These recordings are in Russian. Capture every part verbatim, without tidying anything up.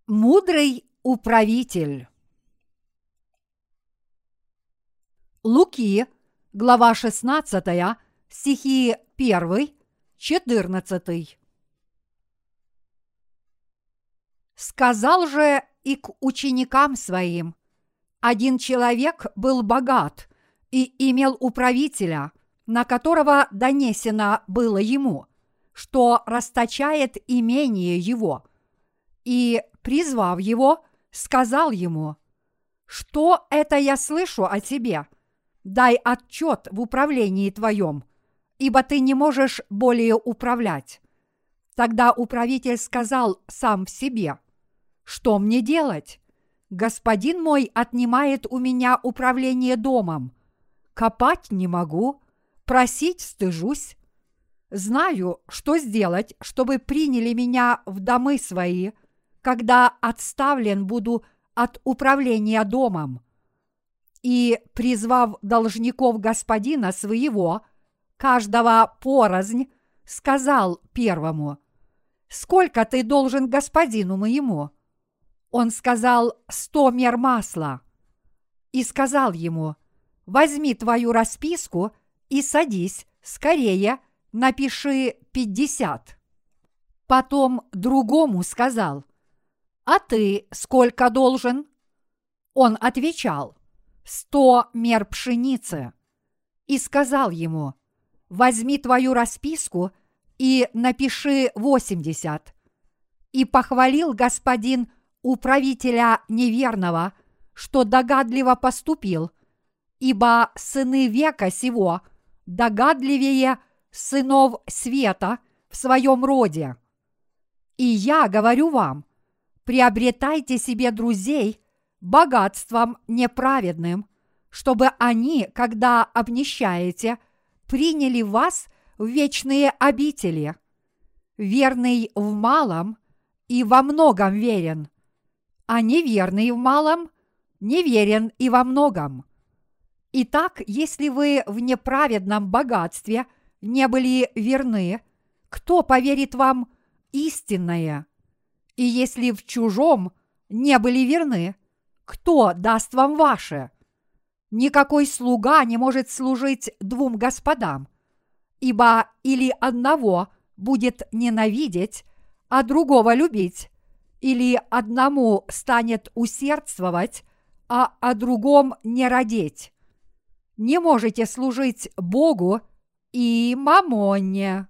Мудрый управитель. Луки, глава шестнадцатая, стихи первый, четырнадцатый. Сказал же и к ученикам своим: один человек был богат и имел управителя, на которого донесено было ему, что расточает имение его, и, призвав его, сказал ему: «Что это я слышу о тебе? Дай отчет в управлении твоем, ибо ты не можешь более управлять». Тогда управитель сказал сам в себе: «Что мне делать? Господин мой отнимает у меня управление домом. Копать не могу, просить стыжусь. Знаю, что сделать, чтобы приняли меня в домы свои, когда отставлен буду от управления домом». И, призвав должников господина своего, каждого порознь, сказал первому: «Сколько ты должен господину моему?» Он сказал: «Сто мер масла». И сказал ему: «Возьми твою расписку и садись, скорее напиши пятьдесят». Потом другому сказал: «А ты сколько должен?» Он отвечал: «Сто мер пшеницы». И сказал ему: «Возьми твою расписку и напиши восемьдесят». И похвалил господин управителя неверного, что догадливо поступил, ибо сыны века сего догадливее сынов света в своем роде. И я говорю вам: приобретайте себе друзей богатством неправедным, чтобы они, когда обнищаете, приняли вас в вечные обители. Верный в малом и во многом верен, а неверный в малом неверен и во многом. Итак, если вы в неправедном богатстве не были верны, кто поверит вам истинное? И если в чужом не были верны, кто даст вам ваше? Никакой слуга не может служить двум господам, ибо или одного будет ненавидеть, а другого любить, или одному станет усердствовать, а о другом не радеть. Не можете служить Богу и мамоне.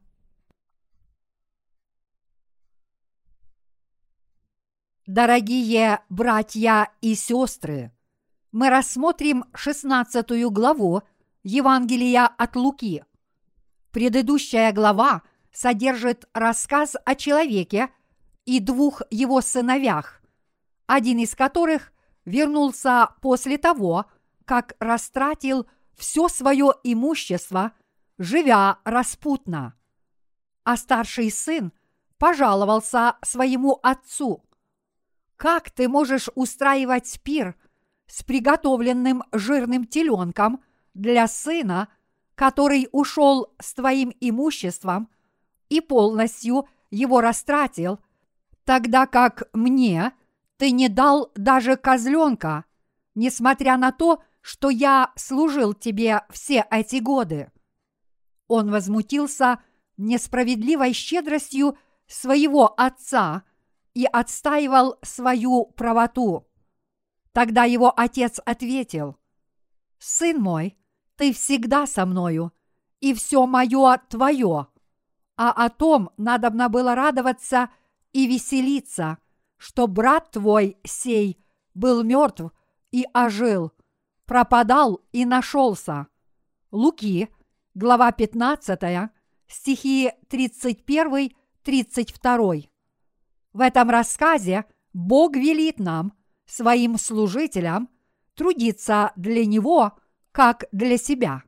Дорогие братья и сестры, мы рассмотрим шестнадцатую главу Евангелия от Луки. Предыдущая глава содержит рассказ о человеке и двух его сыновьях, один из которых вернулся после того, как растратил все свое имущество, живя распутно. А старший сын пожаловался своему отцу: «Как ты можешь устраивать пир с приготовленным жирным теленком для сына, который ушел с твоим имуществом и полностью его растратил, тогда как мне ты не дал даже козленка, несмотря на то, что я служил тебе все эти годы?» Он возмутился несправедливой щедростью своего отца и отстаивал свою правоту. Тогда его отец ответил: «Сын мой, ты всегда со мною, и все мое твое, а о том надобно было радоваться и веселиться, что брат твой сей был мертв и ожил, пропадал и нашелся». Луки, глава пятнадцатая, стихи тридцать один - тридцать два. В этом рассказе Бог велит нам, своим служителям, трудиться для Него, как для себя.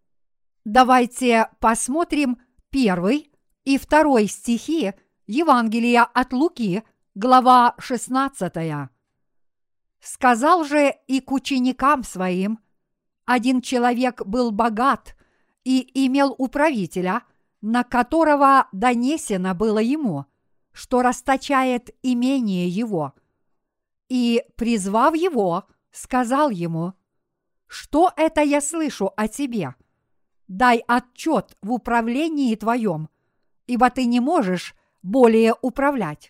Давайте посмотрим первый и второй стихи Евангелия от Луки, глава шестнадцатая. «Сказал же и к ученикам своим: один человек был богат и имел управителя, на которого донесено было ему, что расточает имение его. и, призвав его, сказал ему: «Что это я слышу о тебе? Дай отчет в управлении твоем, ибо ты не можешь более управлять».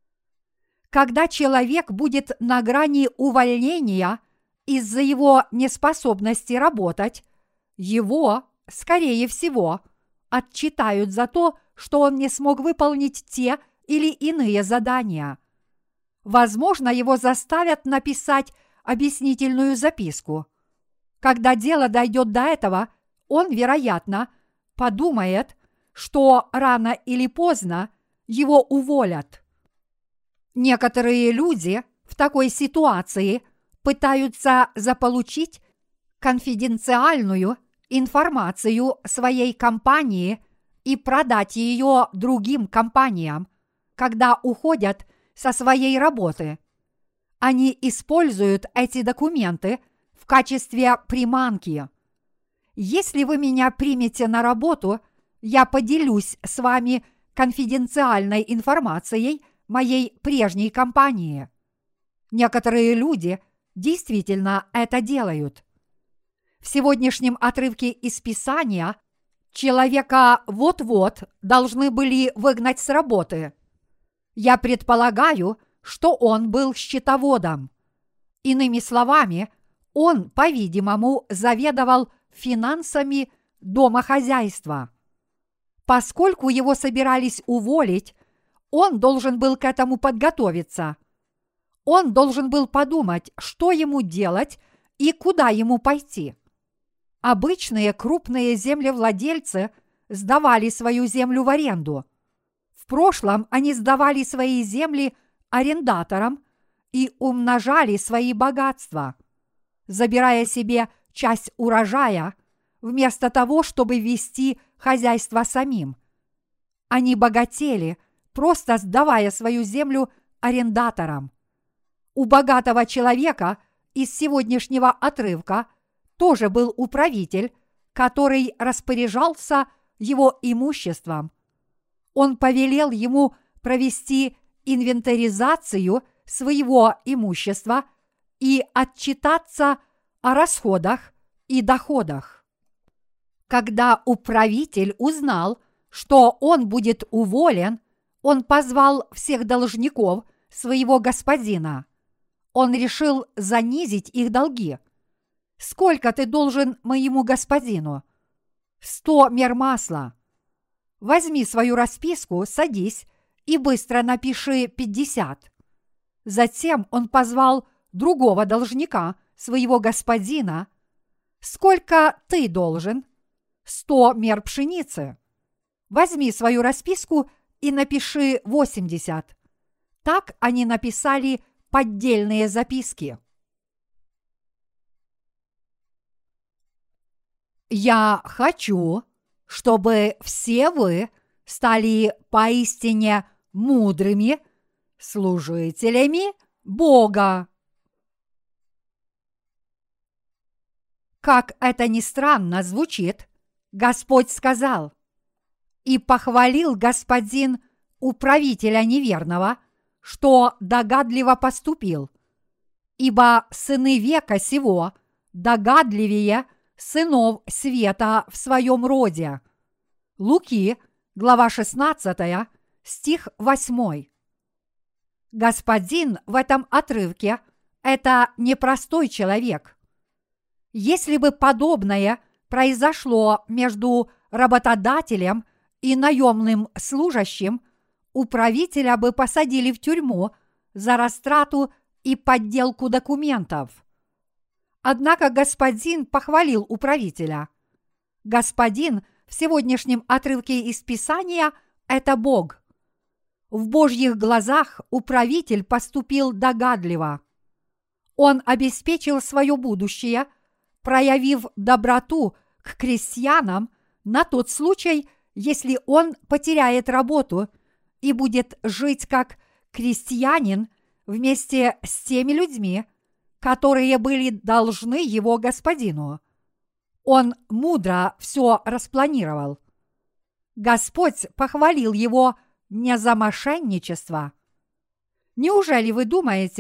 Когда человек будет на грани увольнения из-за его неспособности работать, его, скорее всего, отчитают за то, что он не смог выполнить те или иные задания. Возможно, его заставят написать объяснительную записку. Когда дело дойдет до этого, он, вероятно, подумает, что рано или поздно его уволят. Некоторые люди в такой ситуации пытаются заполучить конфиденциальную информацию своей компании и продать ее другим компаниям, когда уходят со своей работы. Они используют эти документы в качестве приманки. Если вы меня примете на работу, я поделюсь с вами конфиденциальной информацией моей прежней компании. Некоторые люди действительно это делают. В сегодняшнем отрывке из Писания человека вот-вот должны были выгнать с работы. Я предполагаю, что он был счетоводом. Иными словами, он, по-видимому, заведовал финансами домохозяйства. Поскольку его собирались уволить, он должен был к этому подготовиться. Он должен был подумать, что ему делать и куда ему пойти. Обычные крупные землевладельцы сдавали свою землю в аренду. В прошлом они сдавали свои земли арендаторам и умножали свои богатства, забирая себе часть урожая, вместо того, чтобы вести хозяйство самим. Они богатели, просто сдавая свою землю арендаторам. У богатого человека из сегодняшнего отрывка тоже был управитель, который распоряжался его имуществом. Он повелел ему провести инвентаризацию своего имущества и отчитаться о расходах и доходах. Когда управитель узнал, что он будет уволен, он позвал всех должников своего господина. Он решил занизить их долги. «Сколько ты должен моему господину?» «Сто мер масла». «Возьми свою расписку, садись и быстро напиши пятьдесят». Затем он позвал другого должника, своего господина. «Сколько ты должен?» «Сто мер пшеницы». «Возьми свою расписку и напиши восемьдесят». Так они написали поддельные записки. Я хочу, чтобы все вы стали поистине мудрыми служителями Бога. Как это ни странно звучит, Господь сказал: «И похвалил господин управителя неверного, что догадливо поступил, ибо сыны века сего догадливее сынов света в своем роде». Луки, глава шестнадцатая, стих восьмой. Господин в этом отрывке – это непростой человек. Если бы подобное произошло между работодателем и наемным служащим, управителя бы посадили в тюрьму за растрату и подделку документов. Однако господин похвалил управителя. Господин в сегодняшнем отрывке из Писания – это Бог. В Божьих глазах управитель поступил догадливо. Он обеспечил свое будущее, проявив доброту к крестьянам на тот случай, если он потеряет работу и будет жить как крестьянин вместе с теми людьми, которые были должны его господину. Он мудро все распланировал. Господь похвалил его не за мошенничество. Неужели вы думаете,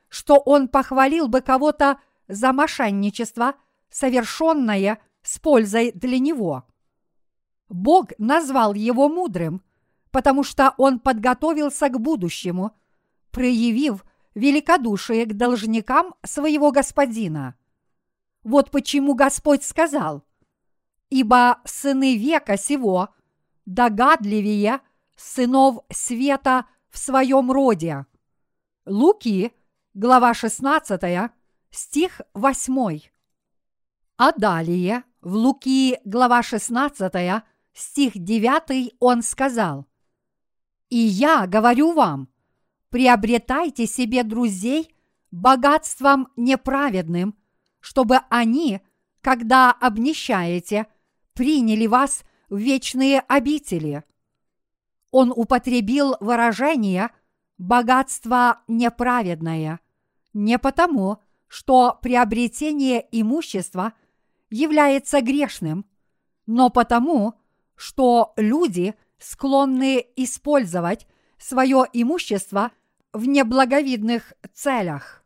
что он похвалил бы кого-то за мошенничество, совершенное с пользой для него. Бог назвал его мудрым, потому что он подготовился к будущему, проявив великодушие к должникам своего господина. Вот почему Господь сказал: «Ибо сыны века сего догадливее сынов света в своем роде». Луки, глава шестнадцатая, стих восьмой. А далее, в Луки, глава шестнадцатая, стих девятый, он сказал: «И я говорю вам, приобретайте себе друзей богатством неправедным, чтобы они, когда обнищаете, приняли вас в вечные обители». Он употребил выражение «богатство неправедное» не потому, что приобретение имущества является грешным, но потому, что люди склонны использовать свое имущество в неблаговидных целях.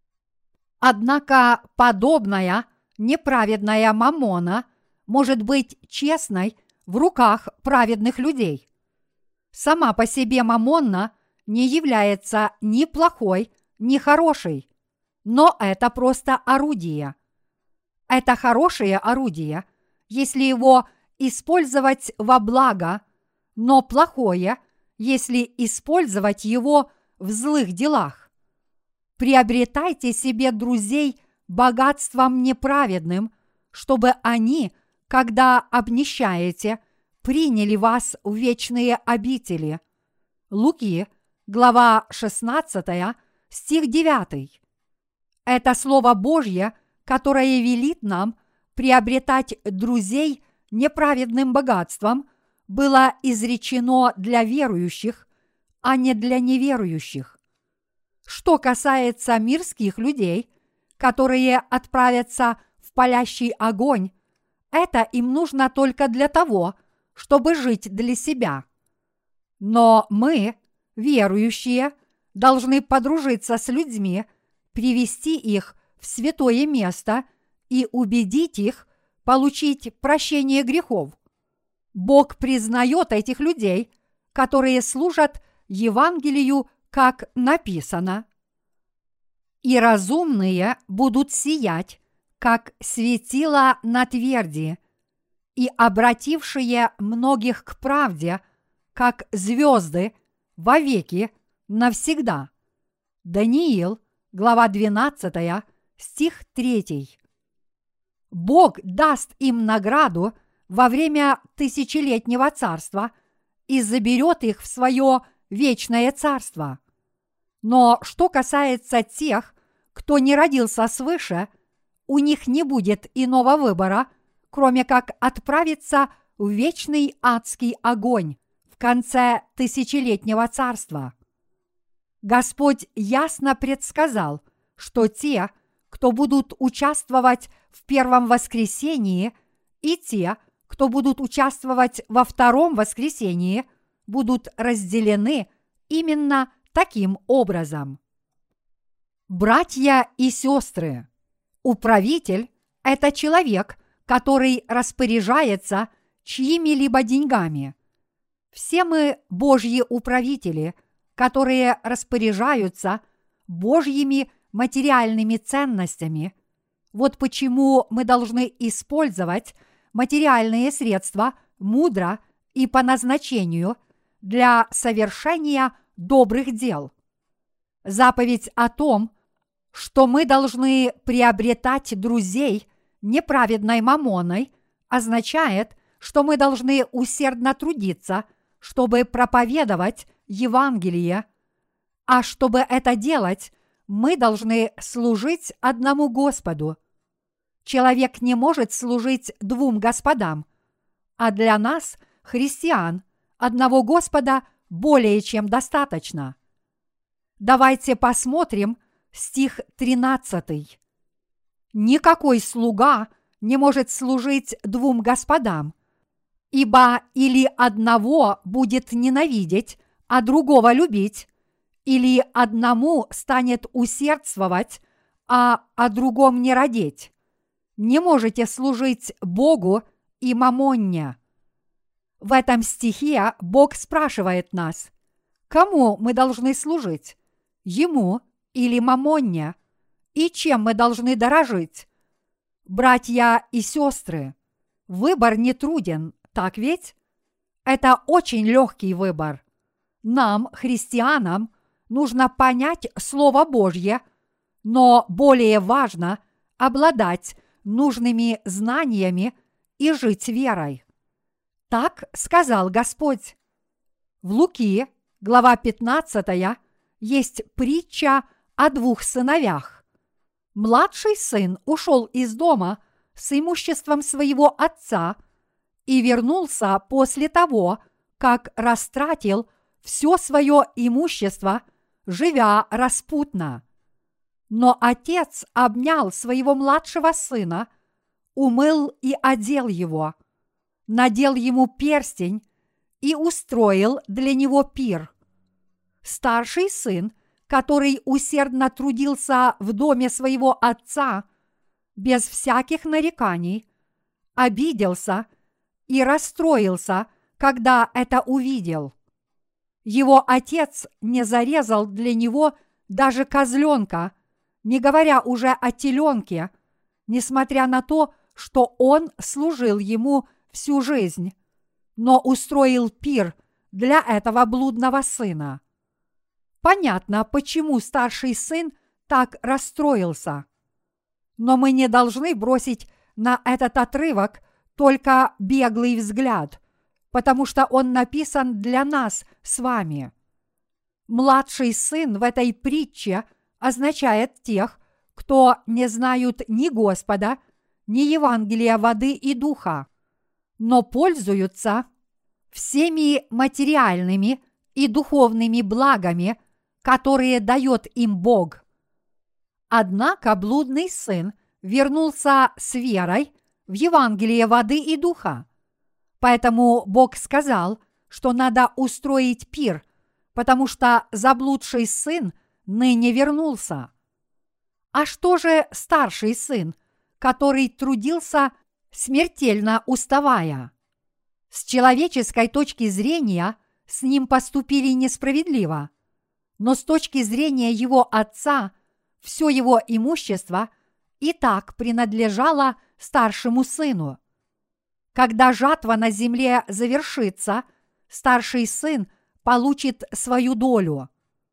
Однако подобная неправедная маммона может быть честной в руках праведных людей. Сама по себе маммона не является ни плохой, ни хорошей, но это просто орудие. Это хорошее орудие, если его использовать во благо, но плохое, если использовать его в злых делах. Приобретайте себе друзей богатством неправедным, чтобы они, когда обнищаете, приняли вас в вечные обители. Луки, глава шестнадцатая, стих девятый. Это Слово Божье, которое велит нам приобретать друзей неправедным богатством, было изречено для верующих, а не для неверующих. Что касается мирских людей, которые отправятся в палящий огонь, это им нужно только для того, чтобы жить для себя. Но мы, верующие, должны подружиться с людьми, привести их в святое место и убедить их получить прощение грехов. Бог признает этих людей, которые служат Евангелию, как написано: «И разумные будут сиять, как светило на тверди, и обратившие многих к правде, как звезды, вовеки, навсегда». Даниил, глава двенадцатая, стих третий. Бог даст им награду во время тысячелетнего царства и заберет их в свое вечное царство. Но что касается тех, кто не родился свыше, у них не будет иного выбора, кроме как отправиться в вечный адский огонь в конце тысячелетнего царства. Господь ясно предсказал, что те, кто будут участвовать в первом воскресении, и те, кто будут участвовать во втором воскресении, будут разделены именно таким образом. Братья и сестры, управитель – это человек, который распоряжается чьими-либо деньгами. Все мы Божьи управители, которые распоряжаются Божьими материальными ценностями. Вот почему мы должны использовать материальные средства мудро и по назначению для совершения добрых дел. Заповедь о том, что мы должны приобретать друзей неправедной маммоной, означает, что мы должны усердно трудиться, чтобы проповедовать Евангелие, а чтобы это делать, мы должны служить одному Господу. Человек не может служить двум господам, а для нас, христиан, одного Господа более чем достаточно. Давайте посмотрим стих тринадцатый. «Никакой слуга не может служить двум господам, ибо или одного будет ненавидеть, а другого любить, Или одному станет усердствовать, а о другом не родить? Не можете служить Богу и мамонне. В этом стихе Бог спрашивает нас, кому мы должны служить, Ему или мамонне, и чем мы должны дорожить? Братья и сестры, выбор не труден, так ведь? Это очень легкий выбор. Нам, христианам, нужно понять Слово Божье, но более важно обладать нужными знаниями и жить верой. Так сказал Господь. В Луки, глава пятнадцатая, есть притча о двух сыновьях. Младший сын ушел из дома с имуществом своего отца и вернулся после того, как растратил все свое имущество, живя распутно. Но отец обнял своего младшего сына, умыл и одел его, надел ему перстень и устроил для него пир. Старший сын, который усердно трудился в доме своего отца, без всяких нареканий, обиделся и расстроился, когда это увидел. Его отец не зарезал для него даже козленка, не говоря уже о теленке, несмотря на то, что он служил ему всю жизнь, но устроил пир для этого блудного сына. Понятно, почему старший сын так расстроился. Но мы не должны бросить на этот отрывок только беглый взгляд, потому что он написан для нас с вами. Младший сын в этой притче означает тех, кто не знают ни Господа, ни Евангелия воды и духа, но пользуются всеми материальными и духовными благами, которые дает им Бог. Однако блудный сын вернулся с верой в Евангелие воды и духа. Поэтому Бог сказал, что надо устроить пир, потому что заблудший сын ныне вернулся. А что же старший сын, который трудился, смертельно уставая? С человеческой точки зрения с ним поступили несправедливо, но с точки зрения его отца все его имущество и так принадлежало старшему сыну. Когда жатва на земле завершится, старший сын получит свою долю.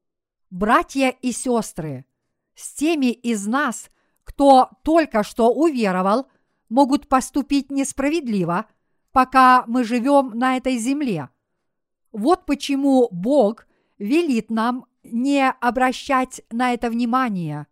Братья и сестры, с теми из нас, кто только что уверовал, могут поступить несправедливо, пока мы живем на этой земле. Вот почему Бог велит нам не обращать на это внимания.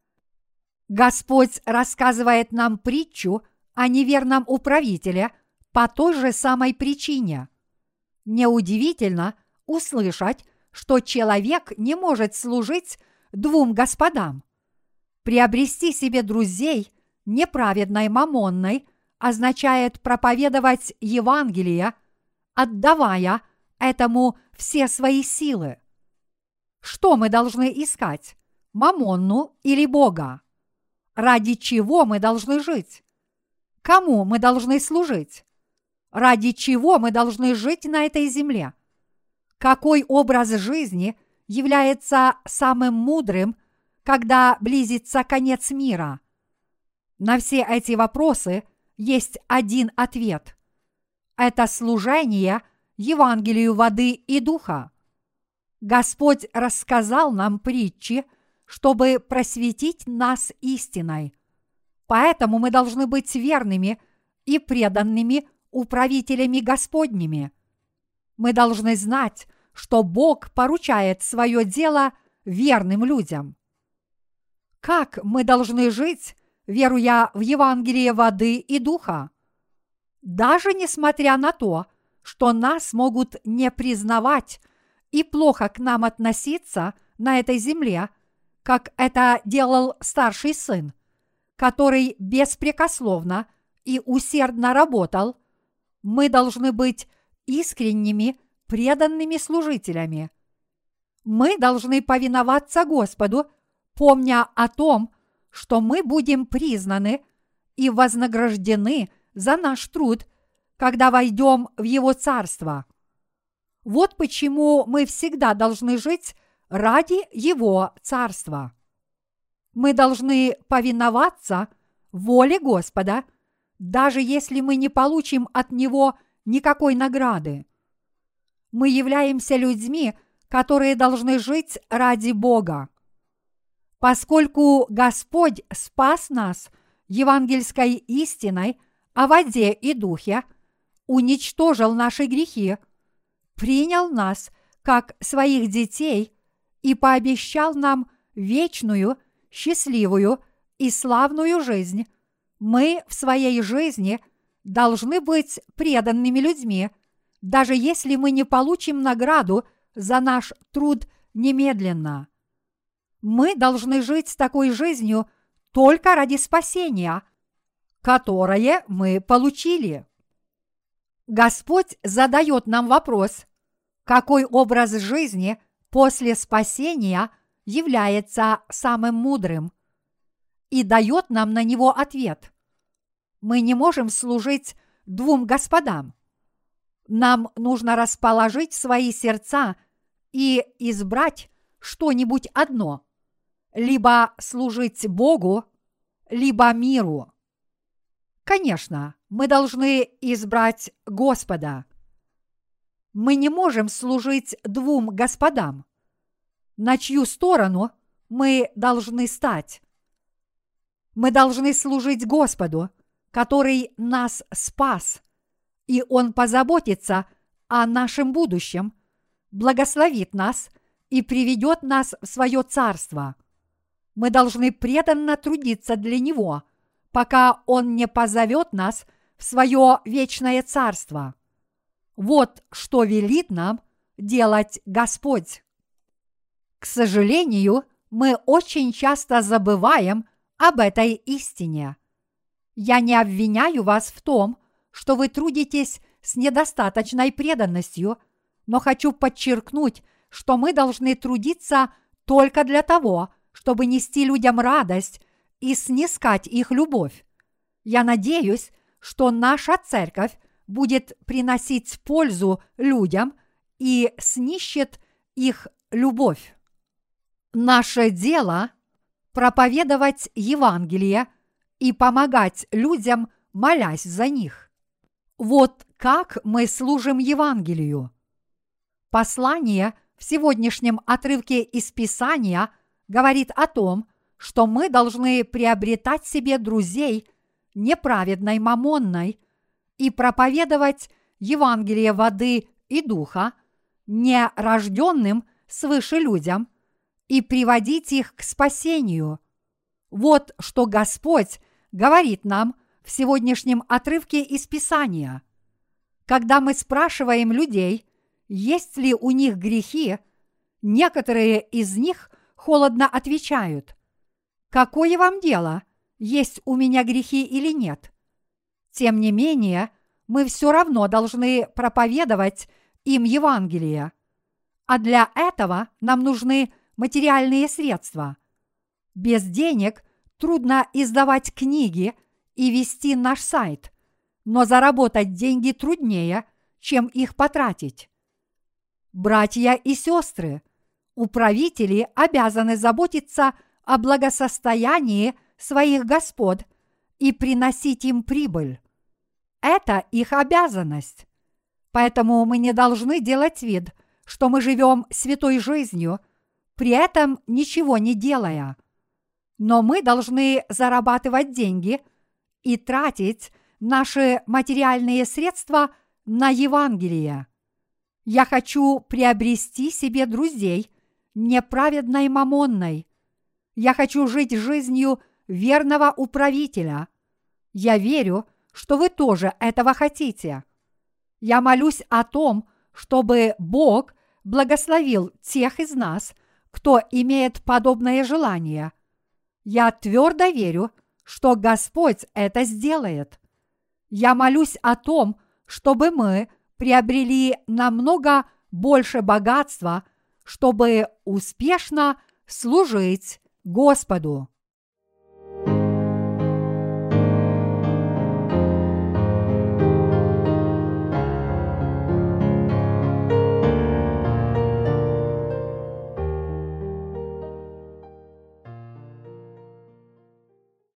Господь рассказывает нам притчу о неверном управителе по той же самой причине. Неудивительно услышать, что человек не может служить двум господам. Приобрести себе друзей неправедной мамонной означает проповедовать Евангелие, отдавая этому все свои силы. Что мы должны искать? Мамонну или Бога? Ради чего мы должны жить? Кому мы должны служить? Ради чего мы должны жить на этой земле? Какой образ жизни является самым мудрым, когда близится конец мира? На все эти вопросы есть один ответ. Это служение Евангелию воды и духа. Господь рассказал нам притчи, чтобы просветить нас истиной. Поэтому мы должны быть верными и преданными управителями Господними. Мы должны знать, что Бог поручает свое дело верным людям. Как мы должны жить, веруя в Евангелие воды и духа? Даже несмотря на то, что нас могут не признавать и плохо к нам относиться на этой земле, как это делал старший сын, который беспрекословно и усердно работал, мы должны быть искренними, преданными служителями. Мы должны повиноваться Господу, помня о том, что мы будем признаны и вознаграждены за наш труд, когда войдем в Его Царство. Вот почему мы всегда должны жить ради Его Царства. Мы должны повиноваться воле Господа, даже если мы не получим от Него никакой награды. Мы являемся людьми, которые должны жить ради Бога. Поскольку Господь спас нас евангельской истиной о воде и духе, уничтожил наши грехи, принял нас как своих детей и пообещал нам вечную, счастливую и славную жизнь, мы в своей жизни должны быть преданными людьми, даже если мы не получим награду за наш труд немедленно. Мы должны жить такой жизнью только ради спасения, которое мы получили. Господь задает нам вопрос, какой образ жизни после спасения является самым мудрым, и дает нам на него ответ. Мы не можем служить двум господам. Нам нужно расположить свои сердца и избрать что-нибудь одно, либо служить Богу, либо миру. Конечно, мы должны избрать Господа. Мы не можем служить двум господам. На чью сторону мы должны стать? Мы должны служить Господу, который нас спас, и Он позаботится о нашем будущем, благословит нас и приведет нас в свое царство. Мы должны преданно трудиться для Него, пока Он не позовет нас в свое вечное царство. Вот что велит нам делать Господь. К сожалению, мы очень часто забываем об этой истине. Я не обвиняю вас в том, что вы трудитесь с недостаточной преданностью, но хочу подчеркнуть, что мы должны трудиться только для того, чтобы нести людям радость и снискать их любовь. Я надеюсь, что наша церковь будет приносить пользу людям и снищет их любовь. Наше дело – проповедовать Евангелие и помогать людям, молясь за них. Вот как мы служим Евангелию. Послание в сегодняшнем отрывке из Писания говорит о том, что мы должны приобретать себе друзей неправедной мамонной и проповедовать Евангелие воды и духа нерожденным свыше людям и приводить их к спасению. Вот что Господь говорит нам в сегодняшнем отрывке из Писания. Когда мы спрашиваем людей, есть ли у них грехи, некоторые из них холодно отвечают: «Какое вам дело, есть у меня грехи или нет?» Тем не менее, мы все равно должны проповедовать им Евангелие. А для этого нам нужны материальные средства. Без денег трудно издавать книги и вести наш сайт, но заработать деньги труднее, чем их потратить. Братья и сестры, управители обязаны заботиться о благосостоянии своих господ и приносить им прибыль. Это их обязанность. Поэтому мы не должны делать вид, что мы живем святой жизнью, при этом ничего не делая. Но мы должны зарабатывать деньги и тратить наши материальные средства на Евангелие. Я хочу приобрести себе друзей неправедной мамонной. Я хочу жить жизнью верного управителя. Я верю, что вы тоже этого хотите. Я молюсь о том, чтобы Бог благословил тех из нас, кто имеет подобное желание. Я твердо верю, что Господь это сделает. Я молюсь о том, чтобы мы приобрели намного больше богатства, чтобы успешно служить Господу.